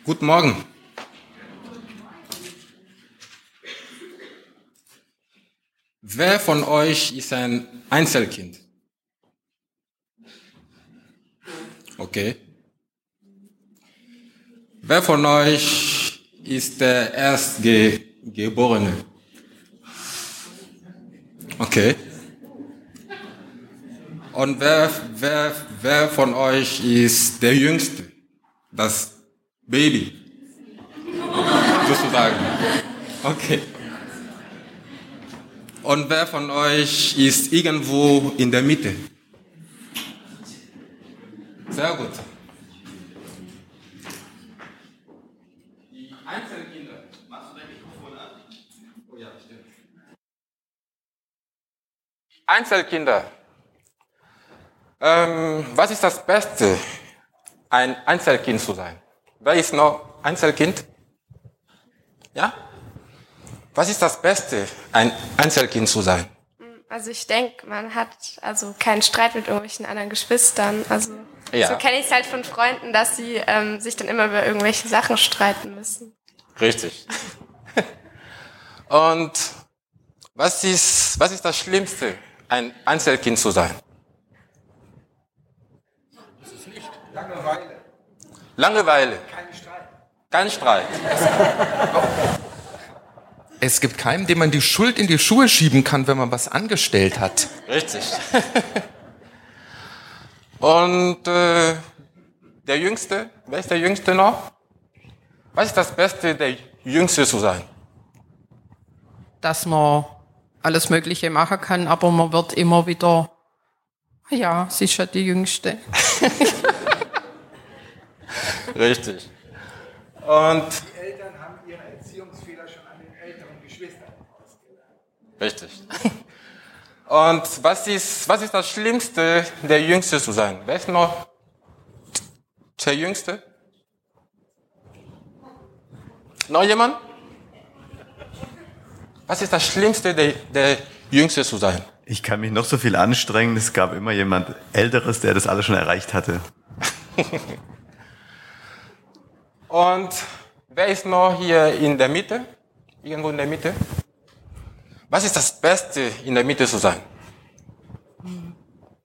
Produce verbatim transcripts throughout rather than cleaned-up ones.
Guten Morgen. Wer von euch ist ein Einzelkind? Okay. Wer von euch ist der Erstgeborene? Okay. Und wer, wer, wer von euch ist der Jüngste? Das Baby? Sozusagen. Okay. Und wer von euch ist irgendwo in der Mitte? Sehr gut. Die Einzelkinder. Machst du dein Mikrofon an? Oh ja, stimmt. Einzelkinder. Ähm, was ist das Beste, ein Einzelkind zu sein? Wer ist noch Einzelkind? Ja? Was ist das Beste, ein Einzelkind zu sein? Also ich denke, man hat also keinen Streit mit irgendwelchen anderen Geschwistern. Also ja. So kenne ich es halt von Freunden, dass sie ähm, sich dann immer über irgendwelche Sachen streiten müssen. Richtig. Und was ist, was ist das Schlimmste, ein Einzelkind zu sein? Das ist nicht. Langeweile. Langeweile. Kein Streit. Kein Streit. Es gibt keinen, dem man die Schuld in die Schuhe schieben kann, wenn man was angestellt hat. Richtig. Und äh, der Jüngste, wer ist der Jüngste noch? Was ist das Beste, der Jüngste zu sein? Dass man alles Mögliche machen kann, aber man wird immer wieder, ja, sie ist ja die Jüngste. Richtig. Und die Eltern haben ihre Erziehungsfehler schon an den älteren Geschwistern ausgelernt. Richtig. Und was ist, was ist das Schlimmste, der Jüngste zu sein? Wer ist noch der Jüngste? Noch jemand? Was ist das Schlimmste, der, der Jüngste zu sein? Ich kann mich noch so viel anstrengen, es gab immer jemand Älteres, der das alles schon erreicht hatte. Und wer ist noch hier in der Mitte? Irgendwo in der Mitte? Was ist das Beste, in der Mitte zu sein? Hm.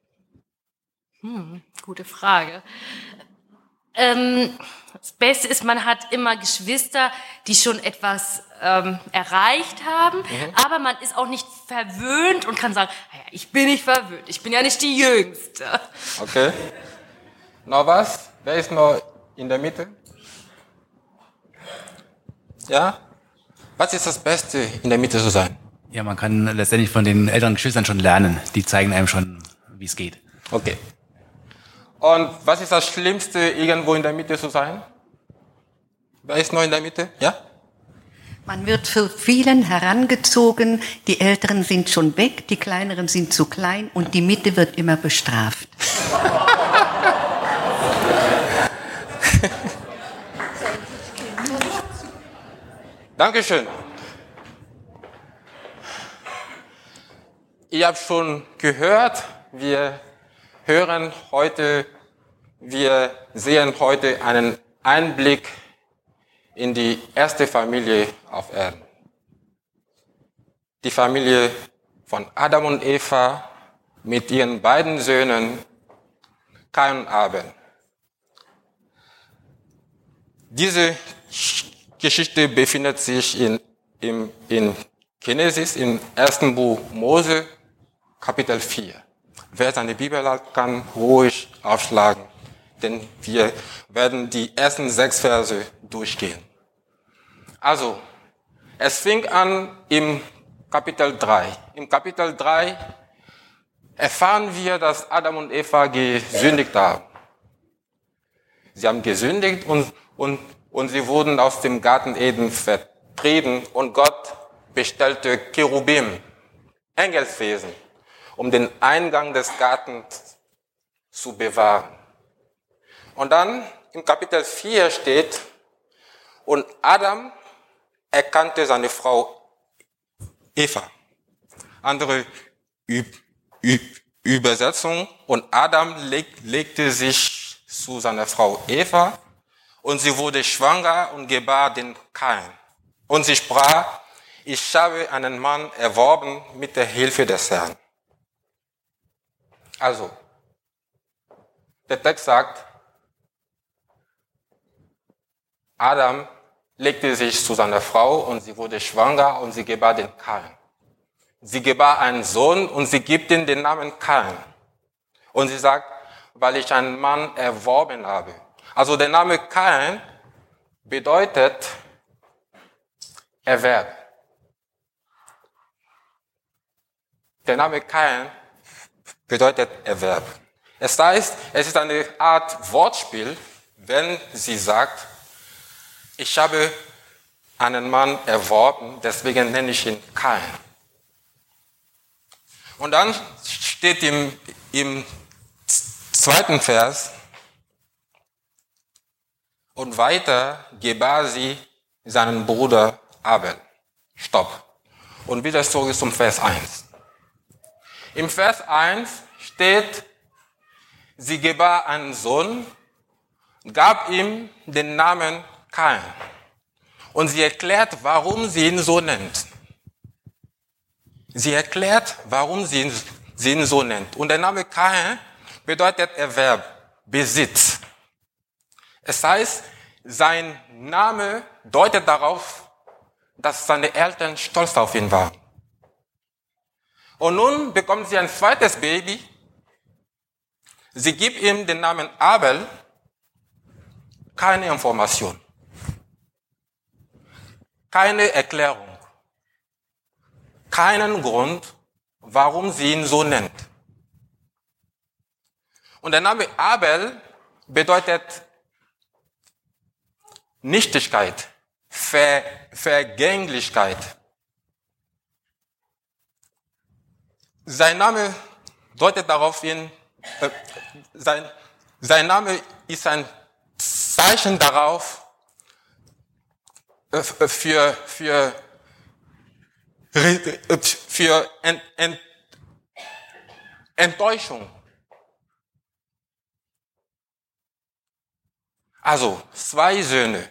Hm, gute Frage. Ähm, das Beste ist, man hat immer Geschwister, die schon etwas ähm, erreicht haben, mhm. aber man ist auch nicht verwöhnt und kann sagen, naja, ich bin nicht verwöhnt, ich bin ja nicht die Jüngste. Okay. Noch was? Wer ist noch in der Mitte? Ja? Was ist das Beste, in der Mitte zu sein? Ja, man kann letztendlich von den älteren Geschwistern schon lernen. Die zeigen einem schon, wie es geht. Okay. Und was ist das Schlimmste, irgendwo in der Mitte zu sein? Wer ist noch in der Mitte? Ja? Man wird für vielen herangezogen, die Älteren sind schon weg, die Kleineren sind zu klein und die Mitte wird immer bestraft. Dankeschön. Ihr habt schon gehört, wir hören heute, wir sehen heute einen Einblick in die erste Familie auf Erden. Die Familie von Adam und Eva mit ihren beiden Söhnen Kain und Abel. Diese Geschichte befindet sich in, in, in Genesis, im ersten Buch Mose, Kapitel vier. Wer seine Bibel hat, kann ruhig aufschlagen, denn wir werden die ersten sechs Verse durchgehen. Also, es fing an im Kapitel drei. Im Kapitel drei erfahren wir, dass Adam und Eva gesündigt haben. Sie haben gesündigt und, und, und sie wurden aus dem Garten Eden vertrieben und Gott bestellte Cherubim, Engelswesen, um den Eingang des Gartens zu bewahren. Und dann im Kapitel vier steht, und Adam erkannte seine Frau Eva. Andere Ü- Ü- Übersetzung, und Adam leg, legte sich zu seiner Frau Eva Und sie wurde schwanger und gebar den Kain. Und sie sprach, ich habe einen Mann erworben mit der Hilfe des Herrn. Also, der Text sagt, Adam legte sich zu seiner Frau und sie wurde schwanger und sie gebar den Kain. Sie gebar einen Sohn und sie gibt ihm den Namen Kain. Und sie sagt, weil ich einen Mann erworben habe. Also der Name Kain bedeutet Erwerb. Der Name Kain bedeutet Erwerb. Es heißt, es ist eine Art Wortspiel, wenn sie sagt, ich habe einen Mann erworben, deswegen nenne ich ihn Kain. Und dann steht im, im zweiten Vers, und weiter gebar sie seinen Bruder Abel. Stopp. Und wieder zurück zum Vers eins. Im Vers eins steht, sie gebar einen Sohn, gab ihm den Namen Kain. Und sie erklärt, warum sie ihn so nennt. Sie erklärt, warum sie ihn, sie ihn so nennt. Und der Name Kain bedeutet Erwerb, Besitz. Es heißt, sein Name deutet darauf, dass seine Eltern stolz auf ihn waren. Und nun bekommt sie ein zweites Baby. Sie gibt ihm den Namen Abel. Keine Information. Keine Erklärung. Keinen Grund, warum sie ihn so nennt. Und der Name Abel bedeutet Nichtigkeit, Ver, Vergänglichkeit. Sein Name deutet darauf hin, äh, sein, sein Name ist ein Zeichen darauf, äh, für, für, für Ent, Ent, Enttäuschung. Also, zwei Söhne.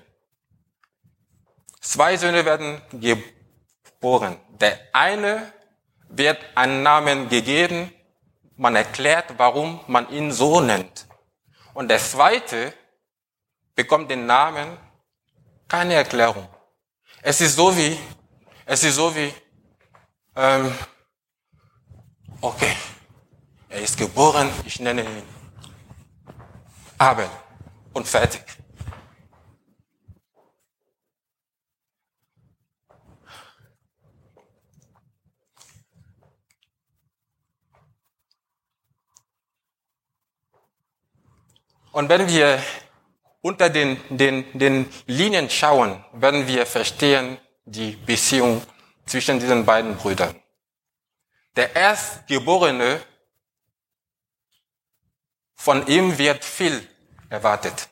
Zwei Söhne werden geboren. Der eine wird einen Namen gegeben, man erklärt, warum man ihn so nennt. Und der zweite bekommt den Namen, keine Erklärung. Es ist so wie, es ist so wie, ähm, okay, er ist geboren, ich nenne ihn Abel. Und fertig. Und wenn wir unter den, den, den Linien schauen, werden wir verstehen die Beziehung zwischen diesen beiden Brüdern. Der Erstgeborene, von ihm wird viel erwartet.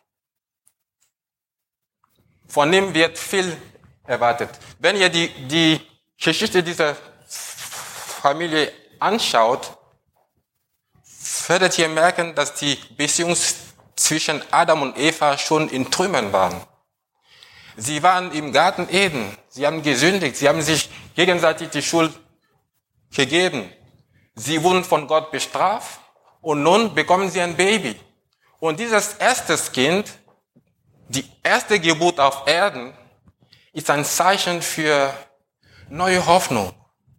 Von ihm wird viel erwartet. Wenn ihr die, die Geschichte dieser Familie anschaut, werdet ihr merken, dass die Beziehung zwischen Adam und Eva schon in Trümmern waren. Sie waren im Garten Eden. Sie haben gesündigt. Sie haben sich gegenseitig die Schuld gegeben. Sie wurden von Gott bestraft und nun bekommen sie ein Baby. Und dieses erste Kind, die erste Geburt auf Erden, ist ein Zeichen für neue Hoffnung.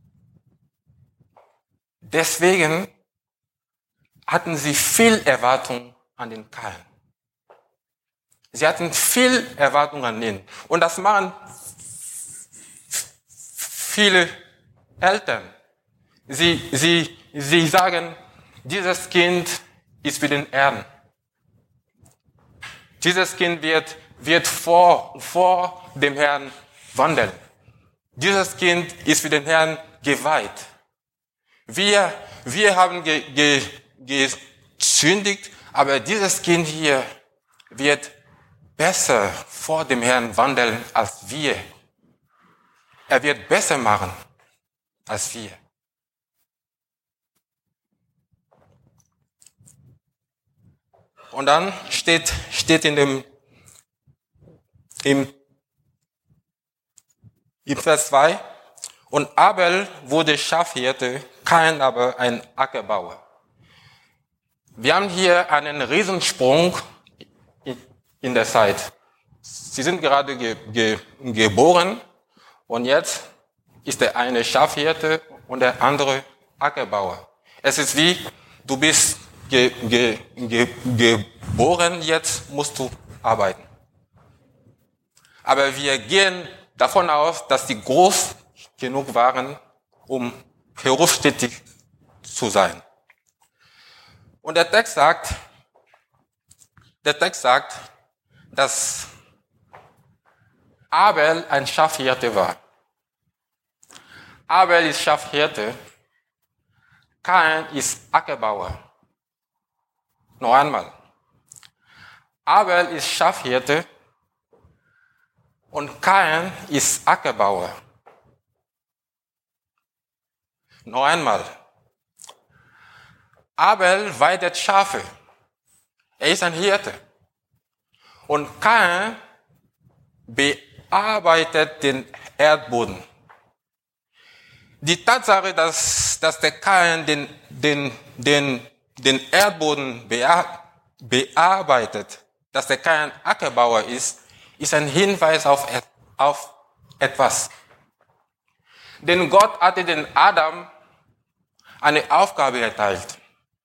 Deswegen hatten sie viel Erwartung an den Kain. Sie hatten viel Erwartung an ihn. Und das machen viele Eltern. Sie, sie, sie sagen, dieses Kind ist für den Herrn. Dieses Kind wird, wird vor, vor dem Herrn wandeln. Dieses Kind ist für den Herrn geweiht. Wir, wir haben ge, ge, gesündigt, aber dieses Kind hier wird besser vor dem Herrn wandeln als wir. Er wird besser machen als wir. Und dann steht, steht in dem im, im Vers zwei. Und Abel wurde Schafhirte, Kain aber ein Ackerbauer. Wir haben hier einen Riesensprung in der Zeit. Sie sind gerade ge, ge, geboren und jetzt ist der eine Schafhirte und der andere Ackerbauer. Es ist wie, du bist ge, ge, ge, geboren, jetzt musst du arbeiten. Aber wir gehen davon aus, dass die groß genug waren, um berufstätig zu sein. Und der Text sagt, der Text sagt, dass Abel ein Schafhirte war. Abel ist Schafhirte, Kain ist Ackerbauer. Noch einmal. Abel ist Schafhirte und Kain ist Ackerbauer. Noch einmal. Abel weidet Schafe. Er ist ein Hirte. Und Kain bearbeitet den Erdboden. Die Tatsache, dass, dass der Kain den, den, den, den Erdboden bearbeitet, dass der Kain Ackerbauer ist, ist ein Hinweis auf, auf etwas. Denn Gott hatte den Adam eine Aufgabe erteilt.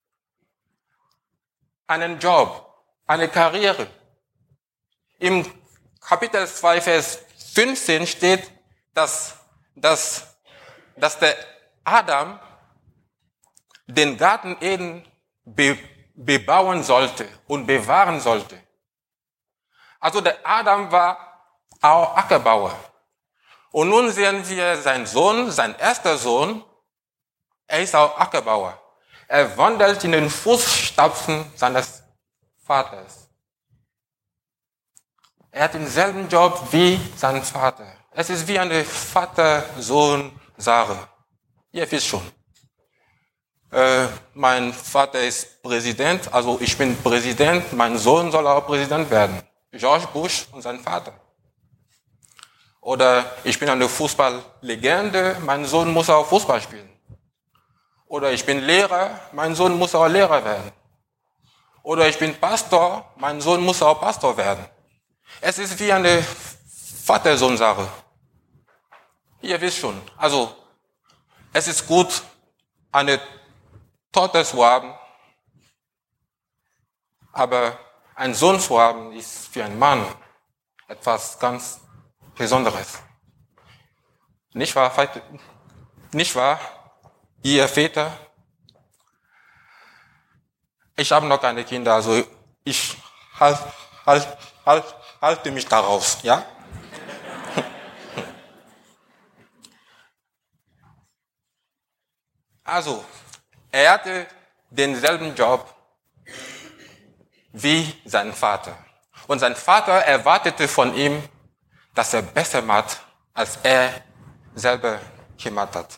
Einen Job, eine Karriere. Im Kapitel zwei, Vers fünfzehn steht, dass, dass, dass der Adam den Garten Eden be, bebauen sollte und bewahren sollte. Also der Adam war auch Ackerbauer. Und nun sehen wir seinen Sohn, sein erster Sohn, er ist auch Ackerbauer. Er wandelt in den Fußstapfen seines Vaters. Er hat denselben Job wie sein Vater. Es ist wie eine Vater-Sohn-Sache. Ihr wisst schon. Äh, mein Vater ist Präsident, also ich bin Präsident, mein Sohn soll auch Präsident werden. George Bush und sein Vater. Oder ich bin eine Fußballlegende, mein Sohn muss auch Fußball spielen. Oder ich bin Lehrer, mein Sohn muss auch Lehrer werden. Oder ich bin Pastor, mein Sohn muss auch Pastor werden. Es ist wie eine Vater-Sohn-Sache. Ihr wisst schon. Also, es ist gut, eine Tochter zu haben, aber ein Sohn zu haben, ist für einen Mann etwas ganz Besonderes. Nicht wahr? Nicht wahr? Ihr Väter? Ich habe noch keine Kinder, also ich halt, halt, halt, halte mich daraus, ja? Also, er hatte denselben Job wie sein Vater. Und sein Vater erwartete von ihm, dass er besser macht, als er selber gemacht hat.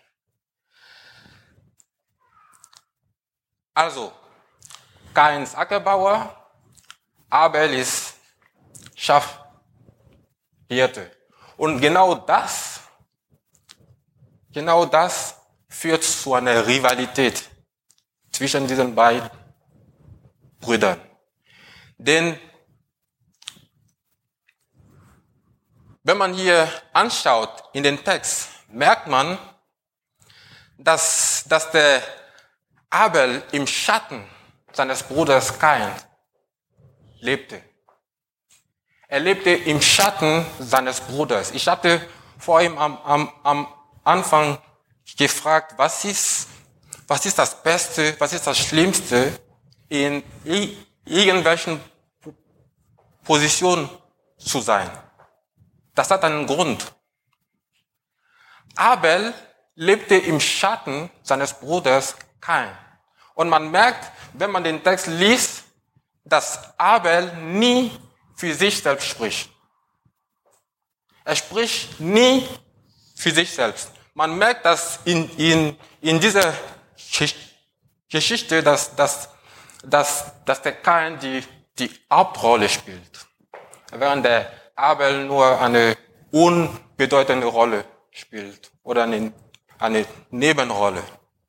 Also, Kain ist Ackerbauer, Abel ist Schafhirte. Und genau das, genau das führt zu einer Rivalität zwischen diesen beiden Brüdern. Denn wenn man hier anschaut in den Text, merkt man, dass, dass der Abel im Schatten seines Bruders Kain lebte. Er lebte im Schatten seines Bruders. Ich hatte vor ihm am, am, am Anfang gefragt, was ist, was ist das Beste, was ist das Schlimmste, in irgendwelchen Positionen zu sein. Das hat einen Grund. Abel lebte im Schatten seines Bruders Kain. Und man merkt, wenn man den Text liest, dass Abel nie für sich selbst spricht. Er spricht nie für sich selbst. Man merkt, dass in, in, in dieser Geschichte, dass, dass, dass, dass der Kain die, die Hauptrolle spielt. Während der Abel nur eine unbedeutende Rolle spielt oder eine, eine Nebenrolle.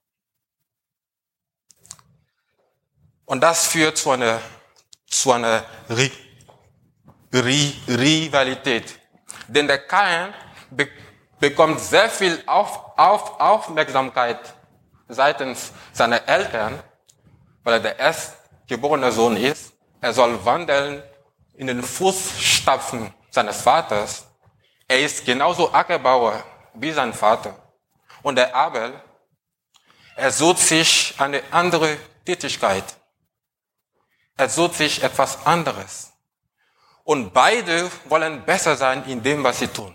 Und das führt zu einer, zu einer Ri, Ri, Rivalität. Denn der Kain be, bekommt sehr viel auf, auf, Aufmerksamkeit seitens seiner Eltern, weil er der erstgeborene Sohn ist. Er soll wandeln in den Fußstapfen seines Vaters. Er ist genauso Ackerbauer wie sein Vater. Und der Abel, er sucht sich eine andere Tätigkeit. Er sucht sich etwas anderes. Und beide wollen besser sein in dem, was sie tun.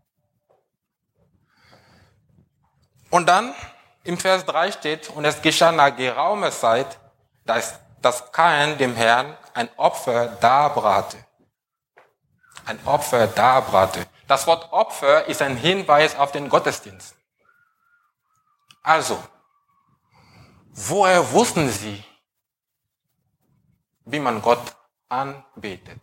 Und dann im Vers drei steht, und es geschah nach geraumer Zeit, dass, dass Kain dem Herrn ein Opfer darbrachte. Ein Opfer darbrachte. Das Wort Opfer ist ein Hinweis auf den Gottesdienst. Also, woher wussten sie, wie man Gott anbetet?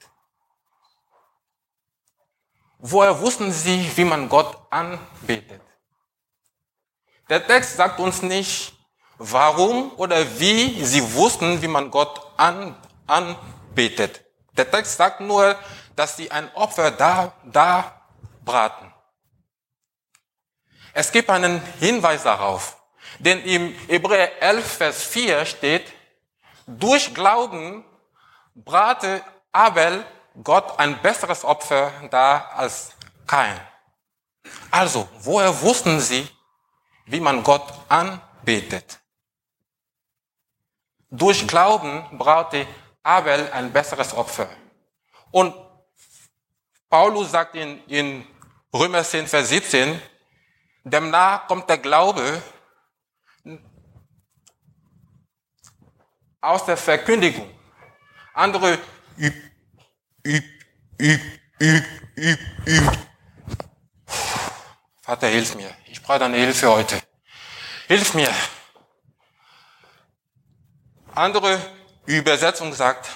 Woher wussten sie, wie man Gott anbetet? Der Text sagt uns nicht, warum oder wie sie wussten, wie man Gott an, anbetet. Der Text sagt nur, dass sie ein Opfer da, da braten. Es gibt einen Hinweis darauf, denn im Hebräer elf, Vers vier steht, durch Glauben brate Abel Gott ein besseres Opfer dar als Kain. Also, woher wussten sie, wie man Gott anbetet? Durch Glauben brauchte Abel ein besseres Opfer. Und Paulus sagt in, in Römer zehn, Vers siebzehn, demnach kommt der Glaube aus der Verkündigung. Andere üb, üb, üb, üb, üb, üb. Vater, hilf mir. Ich brauche deine Hilfe heute. Hilf mir. Andere Übersetzung sagt,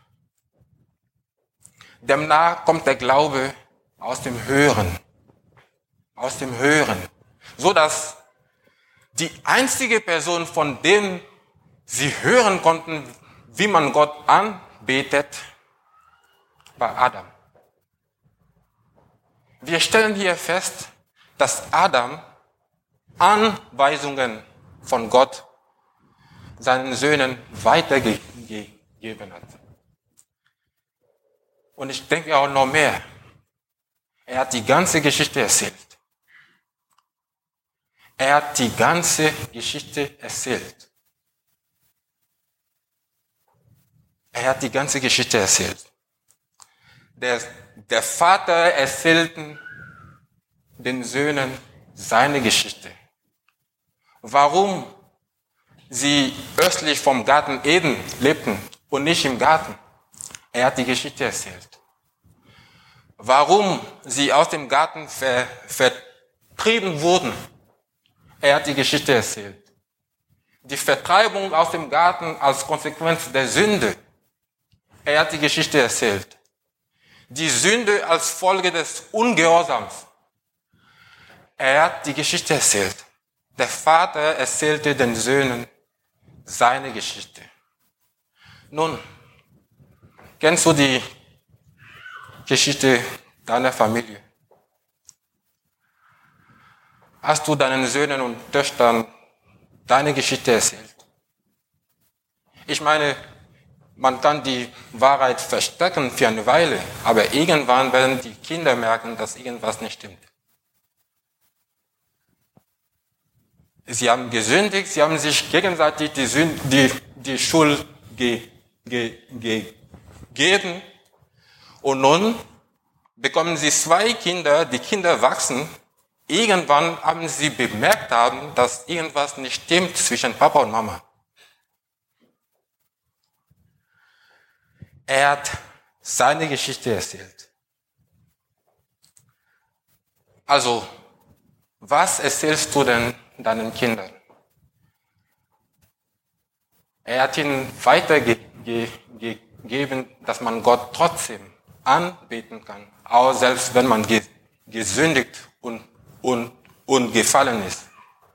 demnach kommt der Glaube aus dem Hören. Aus dem Hören. So dass die einzige Person, von dem sie hören konnten, wie man Gott anbetet, war Adam. Wir stellen hier fest, dass Adam Anweisungen von Gott seinen Söhnen weitergegeben hat. Und ich denke auch noch mehr. Er hat die ganze Geschichte erzählt. Er hat die ganze Geschichte erzählt. Er hat die ganze Geschichte erzählt. Der, der Vater erzählte den Söhnen seine Geschichte. Warum sie östlich vom Garten Eden lebten und nicht im Garten. Er hat die Geschichte erzählt. Warum sie aus dem Garten ver, vertrieben wurden. Er hat die Geschichte erzählt. Die Vertreibung aus dem Garten als Konsequenz der Sünde. Er hat die Geschichte erzählt. Die Sünde als Folge des Ungehorsams. Er hat die Geschichte erzählt. Der Vater erzählte den Söhnen seine Geschichte. Nun, kennst du die Geschichte deiner Familie? Hast du deinen Söhnen und Töchtern deine Geschichte erzählt? Ich meine, man kann die Wahrheit verstecken für eine Weile, aber irgendwann werden die Kinder merken, dass irgendwas nicht stimmt. Sie haben gesündigt, sie haben sich gegenseitig die, Sünd, die, die Schuld ge, ge, ge, gegeben. Und nun bekommen sie zwei Kinder, die Kinder wachsen. Irgendwann haben sie bemerkt haben, dass irgendwas nicht stimmt zwischen Papa und Mama. Er hat seine Geschichte erzählt. Also, was erzählst du denn deinen Kindern? Er hat ihnen weitergegeben, dass man Gott trotzdem anbeten kann, auch selbst wenn man gesündigt und, und, und gefallen ist.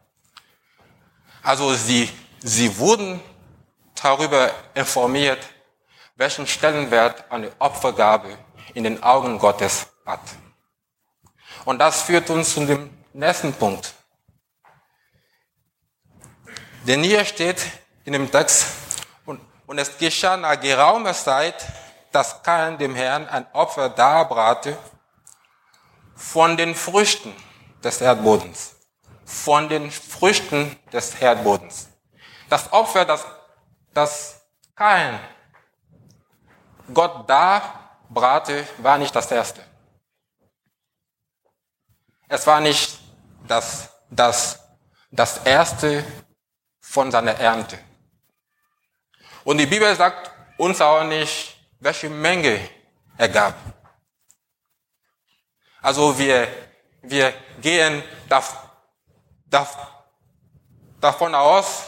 Also sie, sie wurden darüber informiert, welchen Stellenwert eine Opfergabe in den Augen Gottes hat. Und das führt uns zu dem nächsten Punkt. Denn hier steht in dem Text, und, und es geschah nach geraumer Zeit, dass Kain dem Herrn ein Opfer darbrachte von den Früchten des Erdbodens. Von den Früchten des Erdbodens. Das Opfer, das, das Kain Gott darbrachte, war nicht das erste. Es war nicht das, das, das erste von seiner Ernte. Und die Bibel sagt uns auch nicht, welche Menge er gab. Also wir, wir gehen dav, dav, davon aus,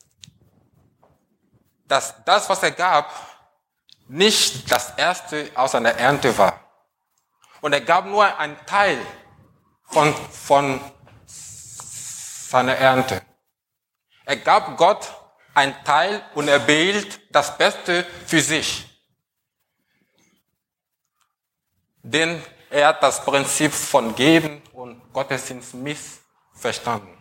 dass das, was er gab, nicht das erste aus seiner Ernte war. Und er gab nur einen Teil von, von seiner Ernte. Er gab Gott einen Teil und er behielt das Beste für sich. Denn er hat das Prinzip von Geben und Gottesdienst missverstanden.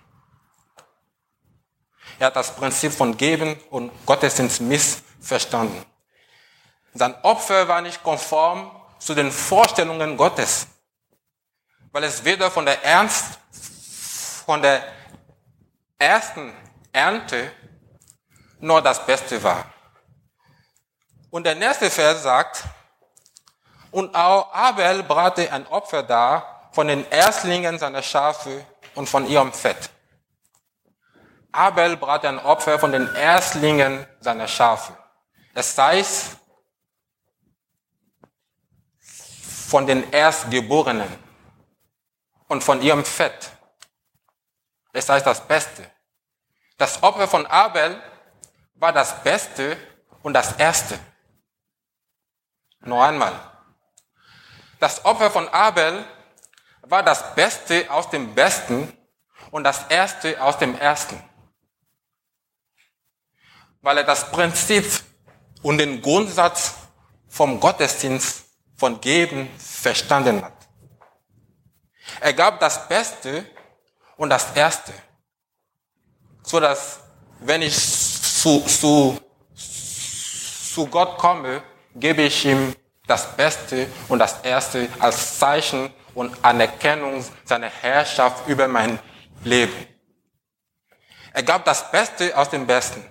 Er hat das Prinzip von Geben und Gottesdienst missverstanden. Sein Opfer war nicht konform zu den Vorstellungen Gottes, weil es weder von der Ernst, von der ersten Ernte noch das Beste war. Und der nächste Vers sagt, und auch Abel brachte ein Opfer dar von den Erstlingen seiner Schafe und von ihrem Fett. Abel brachte ein Opfer von den Erstlingen seiner Schafe. Es heißt, von den Erstgeborenen und von ihrem Fett. Es heißt das Beste. Das Opfer von Abel war das Beste und das Erste. Noch einmal. Das Opfer von Abel war das Beste aus dem Besten und das Erste aus dem Ersten. Weil er das Prinzip und den Grundsatz vom Gottesdienst, von Geben verstanden hat. Er gab das Beste und das Erste, so dass, wenn ich zu, zu, zu Gott komme, gebe ich ihm das Beste und das Erste als Zeichen und Anerkennung seiner Herrschaft über mein Leben. Er gab das Beste aus dem Besten.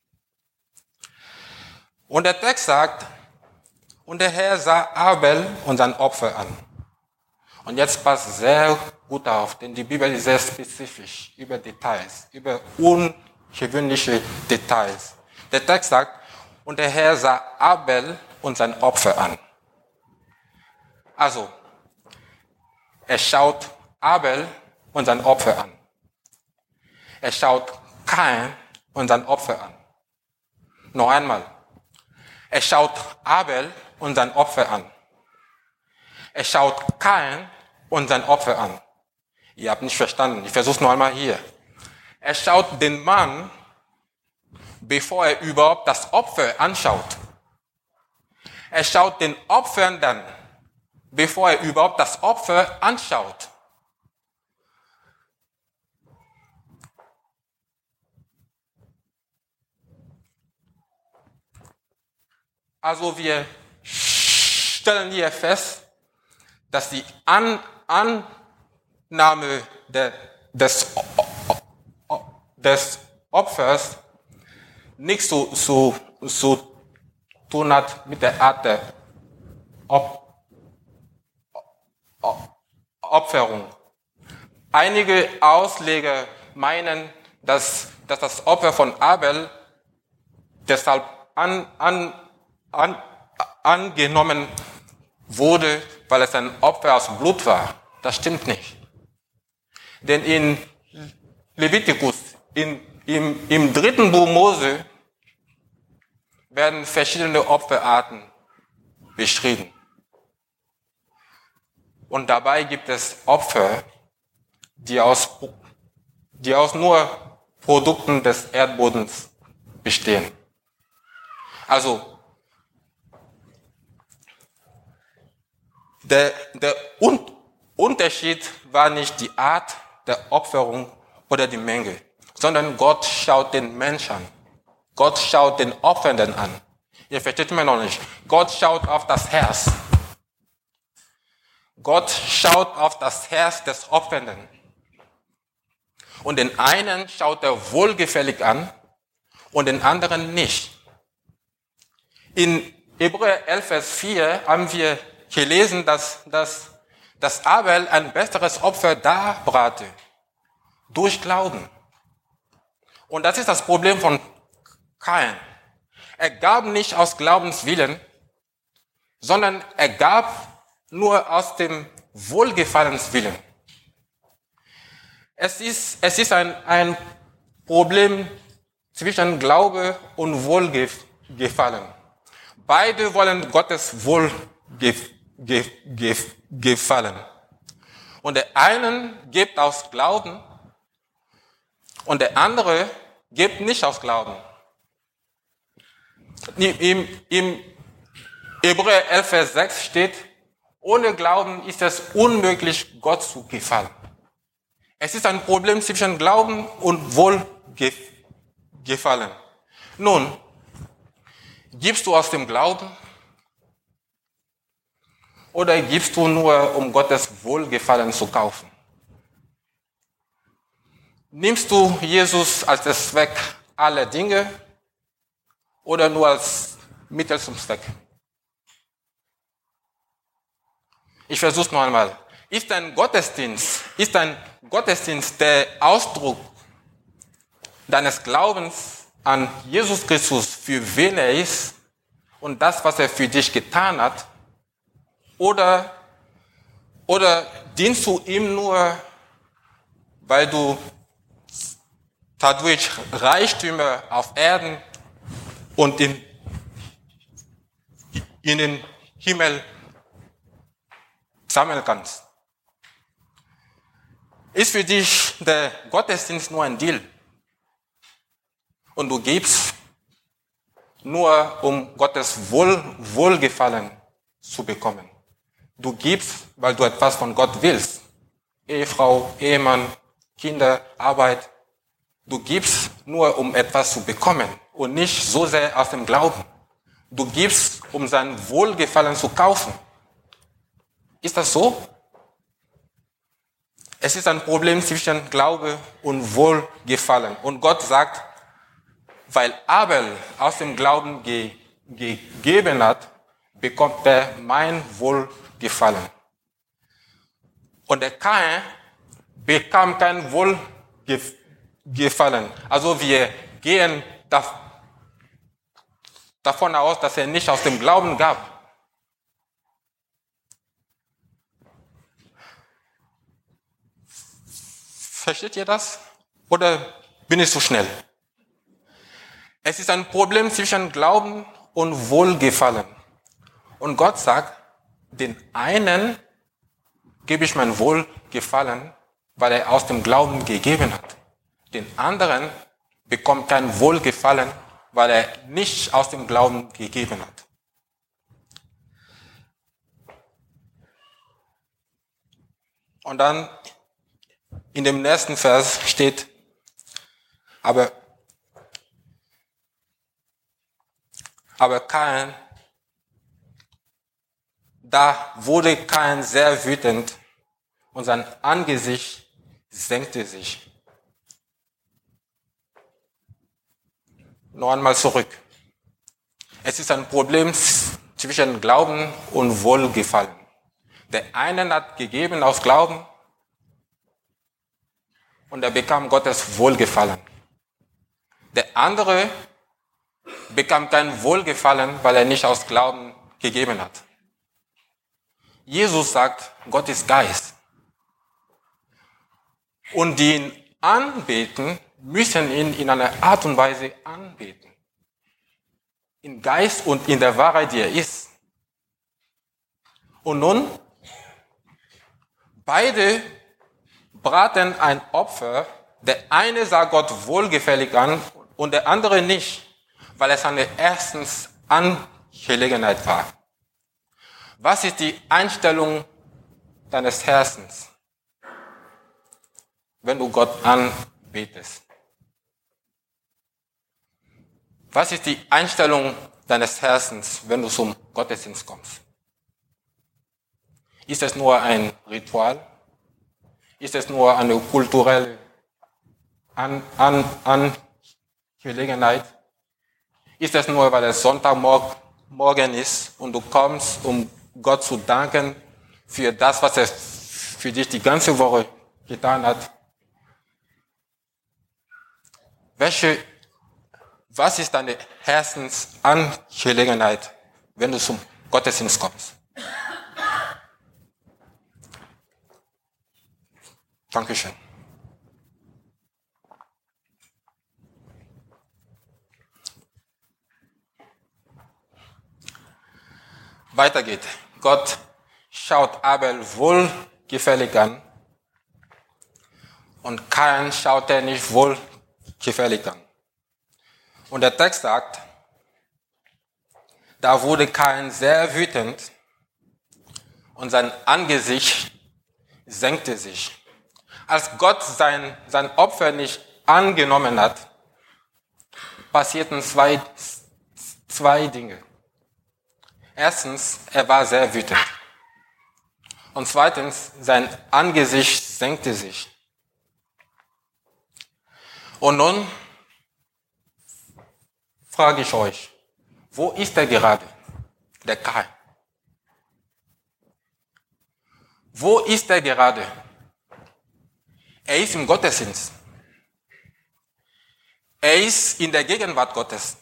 Und der Text sagt, und der Herr sah Abel und sein Opfer an. Und jetzt passt sehr gut auf, denn die Bibel ist sehr spezifisch über Details, über ungewöhnliche Details. Der Text sagt, und der Herr sah Abel und sein Opfer an. Also, er schaut Abel und sein Opfer an. Er schaut Kain und sein Opfer an. Noch einmal. Er schaut Abel und sein Opfer an. Er schaut Kain und sein Opfer an. Ihr habt nicht verstanden. Ich versuche es noch einmal hier. Er schaut den Mann, bevor er überhaupt das Opfer anschaut. Er schaut den Opfern dann, bevor er überhaupt das Opfer anschaut. Also wir stellen hier fest, dass die An- Annahme der, des, des Opfers nichts zu, zu, zu tun hat mit der Art der Op- Opferung. Einige Ausleger meinen, dass, dass das Opfer von Abel deshalb an, an, an, angenommen wurde, weil es ein Opfer aus Blut war. Das stimmt nicht. Denn in Levitikus, in, im, im dritten Buch Mose, werden verschiedene Opferarten beschrieben. Und dabei gibt es Opfer, die aus, die aus nur Produkten des Erdbodens bestehen. Also, der, der Un- Unterschied war nicht die Art der Opferung oder die Menge, sondern Gott schaut den Menschen an. Gott schaut den Opfernden an. Ihr versteht mich noch nicht. Gott schaut auf das Herz. Gott schaut auf das Herz des Opfernden. Und den einen schaut er wohlgefällig an und den anderen nicht. In Hebräer elf, Vers vier haben wir gelesen, dass, dass, dass Abel ein besseres Opfer darbrachte. Durch Glauben. Und das ist das Problem von Kain. Er gab nicht aus Glaubenswillen, sondern er gab nur aus dem Wohlgefallenswillen. Es ist, es ist ein, ein Problem zwischen Glaube und Wohlgefallen. Beide wollen Gottes Wohlgefallen. Und der eine gibt aus Glauben und der andere gibt nicht aus Glauben. Im, im Hebräer elf, Vers sechs steht, ohne Glauben ist es unmöglich, Gott zu gefallen. Es ist ein Problem zwischen Glauben und Wohlgefallen. Nun, gibst du aus dem Glauben oder gibst du nur, um Gottes Wohlgefallen zu kaufen? Nimmst du Jesus als den Zweck aller Dinge oder nur als Mittel zum Zweck? Ich versuche es noch einmal. Ist ein Gottesdienst, ist ein Gottesdienst der Ausdruck deines Glaubens an Jesus Christus, für wen er ist und das, was er für dich getan hat? Oder, oder dienst du ihm nur, weil du dadurch Reichtümer auf Erden und in, in den Himmel sammeln kannst? Ist für dich der Gottesdienst nur ein Deal? Und du gibst nur, um Gottes Wohl, Wohlgefallen zu bekommen. Du gibst, weil du etwas von Gott willst. Ehefrau, Ehemann, Kinder, Arbeit. Du gibst nur, um etwas zu bekommen und nicht so sehr aus dem Glauben. Du gibst, um sein Wohlgefallen zu kaufen. Ist das so? Es ist ein Problem zwischen Glaube und Wohlgefallen. Und Gott sagt, weil Abel aus dem Glauben ge- gegeben hat, bekommt er mein Wohlgefallen. Und der Kain bekam kein Wohlgefallen. Also wir gehen davon aus, dass er nicht aus dem Glauben gab. Versteht ihr das? Oder bin ich zu schnell? Es ist ein Problem zwischen Glauben und Wohlgefallen. Und Gott sagt, den einen gebe ich mein Wohlgefallen, weil er aus dem Glauben gegeben hat. Den anderen bekommt kein Wohlgefallen, weil er nicht aus dem Glauben gegeben hat. Und dann in dem nächsten Vers steht, aber, aber Kain, da wurde Kain sehr wütend und sein Angesicht senkte sich. Noch einmal zurück. Es ist ein Problem zwischen Glauben und Wohlgefallen. Der eine hat gegeben aus Glauben, und er bekam Gottes Wohlgefallen. Der andere bekam kein Wohlgefallen, weil er nicht aus Glauben gegeben hat. Jesus sagt, Gott ist Geist. Und die ihn anbeten, müssen ihn in einer Art und Weise anbeten. In Geist und in der Wahrheit, die er ist. Und nun, Beide braten ein Opfer. Der eine sah Gott wohlgefällig an und der andere nicht, weil es eine Herzensangelegenheit war. Was ist die Einstellung deines Herzens, wenn du Gott anbetest? Was ist die Einstellung deines Herzens, wenn du zum Gottesdienst kommst? Ist es nur ein Ritual? Ist es nur eine kulturelle An, an, Angelegenheit? Ist es nur, weil es Sonntagmorgen ist und du kommst, um Gott zu danken für das, was er für dich die ganze Woche getan hat? Welche, was ist deine Herzensangelegenheit, wenn du zum Gottesdienst kommst? Dankeschön. Weiter geht. Gott schaut Abel wohlgefällig an und Kain schaut er nicht wohlgefällig an. Und der Text sagt, da wurde Kain sehr wütend und sein Angesicht senkte sich. Als Gott sein, sein Opfer nicht angenommen hat, passierten zwei, zwei Dinge. Erstens, er war sehr wütend. Und zweitens, sein Angesicht senkte sich. Und nun frage ich euch, wo ist er gerade, der Kain? Wo ist er gerade? Er ist im Gottesdienst. Er ist in der Gegenwart Gottes.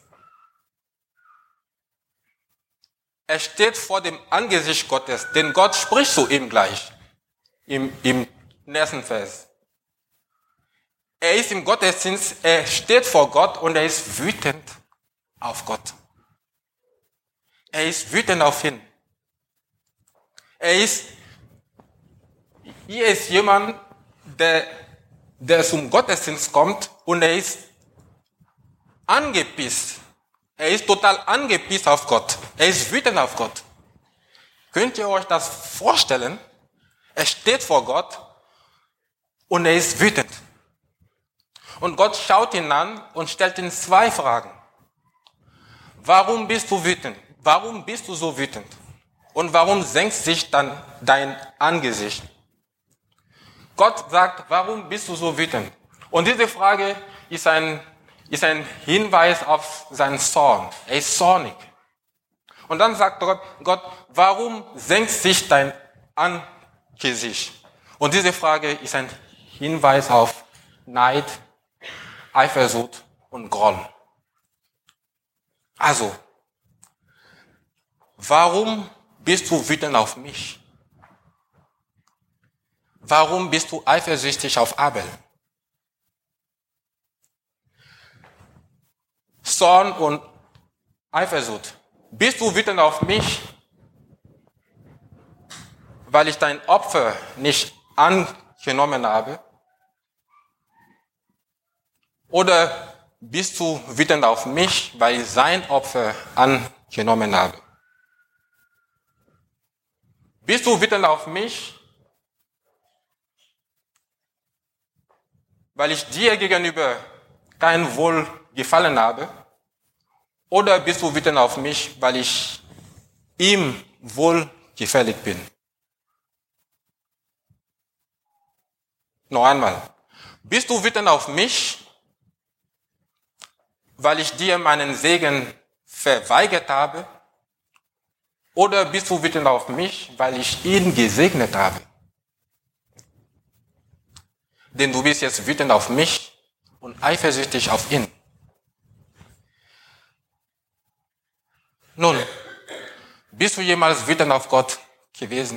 Er steht vor dem Angesicht Gottes, denn Gott spricht zu ihm gleich im, im nächsten Vers. Er ist im Gottesdienst, er steht vor Gott und er ist wütend auf Gott. Er ist wütend auf ihn. Er ist, hier ist jemand, der, der zum Gottesdienst kommt und er ist angepisst. Er ist total angepisst auf Gott. Er ist wütend auf Gott. Könnt ihr euch das vorstellen? Er steht vor Gott und er ist wütend. Und Gott schaut ihn an und stellt ihm zwei Fragen. Warum bist du wütend? Warum bist du so wütend? Und warum senkt sich dann dein Angesicht? Gott sagt, warum bist du so wütend? Und diese Frage ist ein, ist ein Hinweis auf seinen Zorn. Er ist zornig. Und dann sagt Gott, warum senkt sich dein Angesicht? Und diese Frage ist ein Hinweis auf Neid, Eifersucht und Groll. Also, warum bist du wütend auf mich? Warum bist du eifersüchtig auf Abel? Zorn und Eifersucht. Bist du wütend auf mich, weil ich dein Opfer nicht angenommen habe? Oder bist du wütend auf mich, weil ich sein Opfer angenommen habe? Bist du wütend auf mich, weil ich dir gegenüber kein Wohlgefallen habe? Oder bist du wütend auf mich, weil ich ihm wohlgefällig bin? Noch einmal. Bist du wütend auf mich, weil ich dir meinen Segen verweigert habe? Oder bist du wütend auf mich, weil ich ihn gesegnet habe? Denn du bist jetzt wütend auf mich und eifersüchtig auf ihn. Nun, bist du jemals wütend auf Gott gewesen?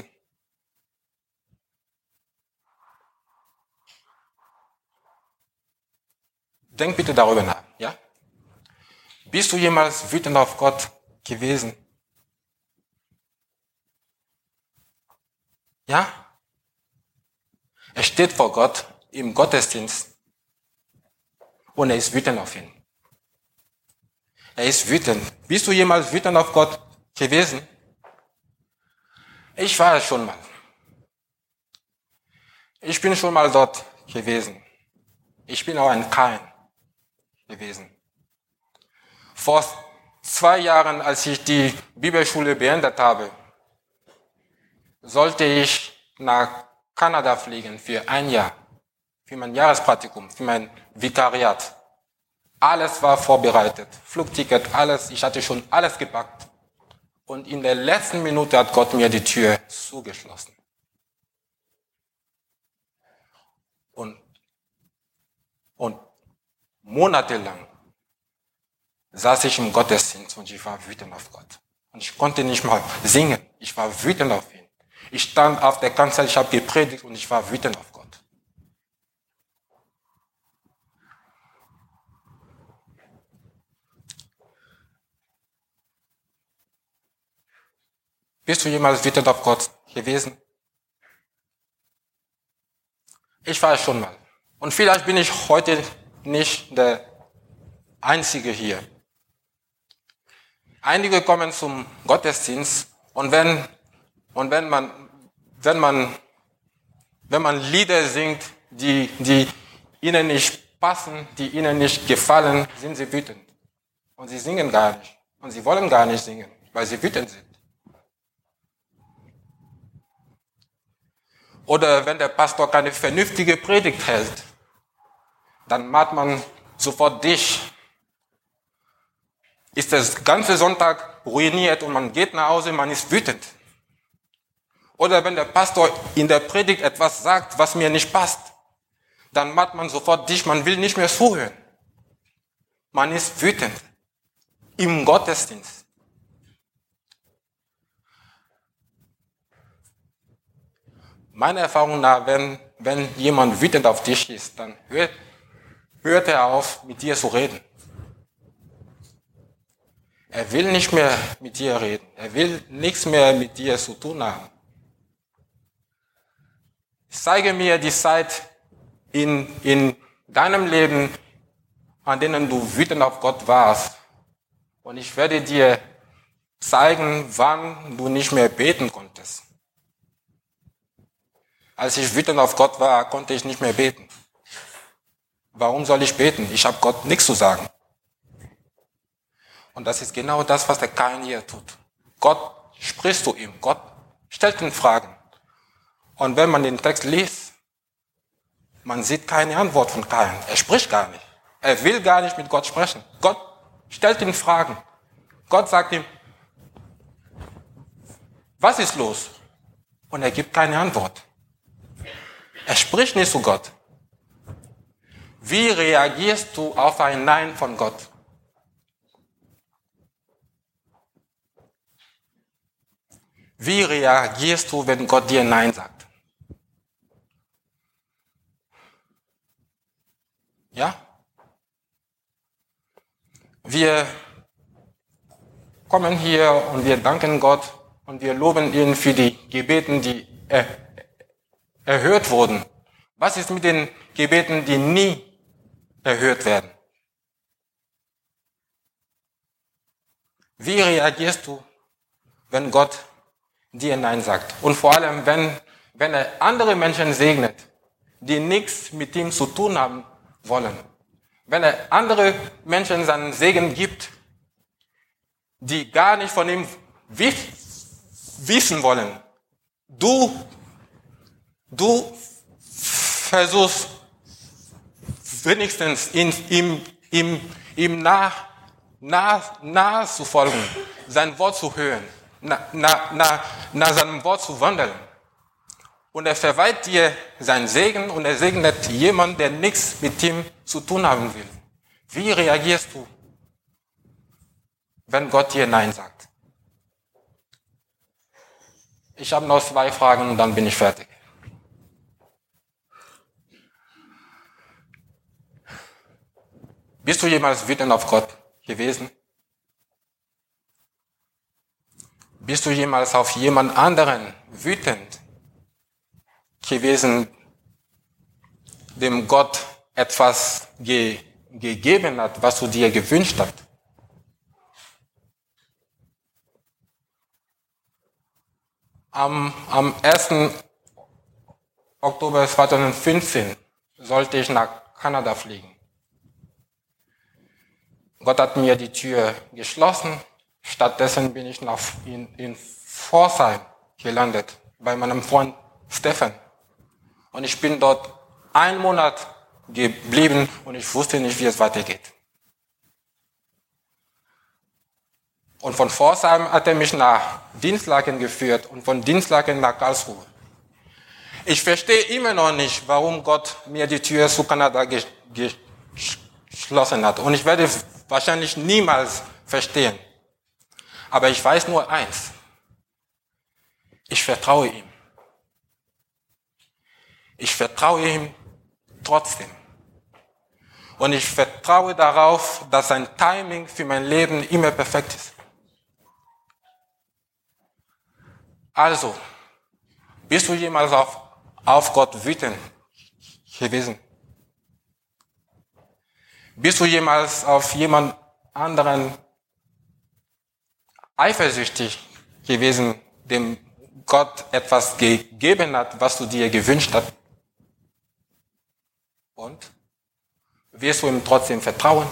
Denk bitte darüber nach, ja? Bist du jemals wütend auf Gott gewesen? Ja? Er steht vor Gott im Gottesdienst und er ist wütend auf ihn. Er ist wütend. Bist du jemals wütend auf Gott gewesen? Ich war es schon mal. Ich bin schon mal dort gewesen. Ich bin auch ein Kain gewesen. Vor zwei Jahren, als ich die Bibelschule beendet habe, sollte ich nach Kanada fliegen für ein Jahr, für mein Jahrespraktikum, für mein Vikariat. Alles war vorbereitet, Flugticket, alles, ich hatte schon alles gepackt. Und in der letzten Minute hat Gott mir die Tür zugeschlossen. Und, und monatelang saß ich im Gottesdienst und ich war wütend auf Gott. Und ich konnte nicht mal singen. Ich war wütend auf ihn. Ich stand auf der Kanzel, ich habe gepredigt und ich war wütend auf Gott. Bist du jemals wütend auf Gott gewesen? Ich war es schon mal. Und vielleicht bin ich heute nicht der Einzige hier. Einige kommen zum Gottesdienst und wenn, und wenn man, wenn man, wenn man Lieder singt, die, die ihnen nicht passen, die ihnen nicht gefallen, sind sie wütend. Und sie singen gar nicht. Und sie wollen gar nicht singen, weil sie wütend sind. Oder wenn der Pastor keine vernünftige Predigt hält, dann macht man sofort dich. Ist das ganze Sonntag ruiniert und man geht nach Hause, man ist wütend. Oder wenn der Pastor in der Predigt etwas sagt, was mir nicht passt, dann macht man sofort dich, man will nicht mehr zuhören. Man ist wütend. Im Gottesdienst. Meiner Erfahrung nach, wenn, wenn jemand wütend auf dich ist, dann hört, hört er auf, mit dir zu reden. Er will nicht mehr mit dir reden. Er will nichts mehr mit dir zu tun haben. Zeige mir die Zeit in, in deinem Leben, an denen du wütend auf Gott warst. Und ich werde dir zeigen, wann du nicht mehr beten konntest. Als ich wütend auf Gott war, konnte ich nicht mehr beten. Warum soll ich beten? Ich habe Gott nichts zu sagen. Und das ist genau das, was der Kain hier tut. Gott spricht zu ihm. Gott stellt ihn Fragen. Und wenn man den Text liest, man sieht keine Antwort von Kain. Er spricht gar nicht. Er will gar nicht mit Gott sprechen. Gott stellt ihn Fragen. Gott sagt ihm, was ist los? Und er gibt keine Antwort. Er spricht nicht zu Gott. Wie reagierst du auf ein Nein von Gott? Wie reagierst du, wenn Gott dir Nein sagt? Ja? Wir kommen hier und wir danken Gott und wir loben ihn für die Gebete, die er erhört wurden. Was ist mit den Gebeten, die nie erhört werden? Wie reagierst du, wenn Gott dir Nein sagt? Und vor allem, wenn, wenn er andere Menschen segnet, die nichts mit ihm zu tun haben wollen. Wenn er andere Menschen seinen Segen gibt, die gar nicht von ihm wissen wollen. Du Du versuchst wenigstens ihm, ihm, ihm, ihm nach, nach, nach zu folgen, sein Wort zu hören, nach, nach, nach, nach seinem Wort zu wandeln. Und er verweiht dir seinen Segen und er segnet jemanden, der nichts mit ihm zu tun haben will. Wie reagierst du, wenn Gott dir Nein sagt? Ich habe noch zwei Fragen und dann bin ich fertig. Bist du jemals wütend auf Gott gewesen? Bist du jemals auf jemand anderen wütend gewesen, dem Gott etwas ge- gegeben hat, was du dir gewünscht hast. Am, am ersten Oktober zweitausendfünfzehn sollte ich nach Kanada fliegen. Gott hat mir die Tür geschlossen. Stattdessen bin ich nach, in, in Pforzheim gelandet, bei meinem Freund Stefan. Und ich bin dort einen Monat geblieben und ich wusste nicht, wie es weitergeht. Und von Pforzheim hat er mich nach Dinslaken geführt und von Dinslaken nach Karlsruhe. Ich verstehe immer noch nicht, warum Gott mir die Tür zu Kanada ge- ge- geschlossen hat. Und ich werde wahrscheinlich niemals verstehen. Aber ich weiß nur eins. Ich vertraue ihm. Ich vertraue ihm trotzdem. Und ich vertraue darauf, dass sein Timing für mein Leben immer perfekt ist. Also, bist du jemals auf, auf Gott wütend gewesen? Bist du jemals auf jemand anderen eifersüchtig gewesen, dem Gott etwas gegeben hat, was du dir gewünscht hast? Und? Wirst du ihm trotzdem vertrauen?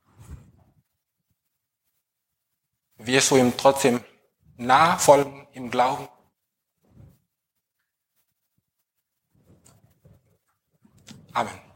Wirst du ihm trotzdem nachfolgen im Glauben? Amen.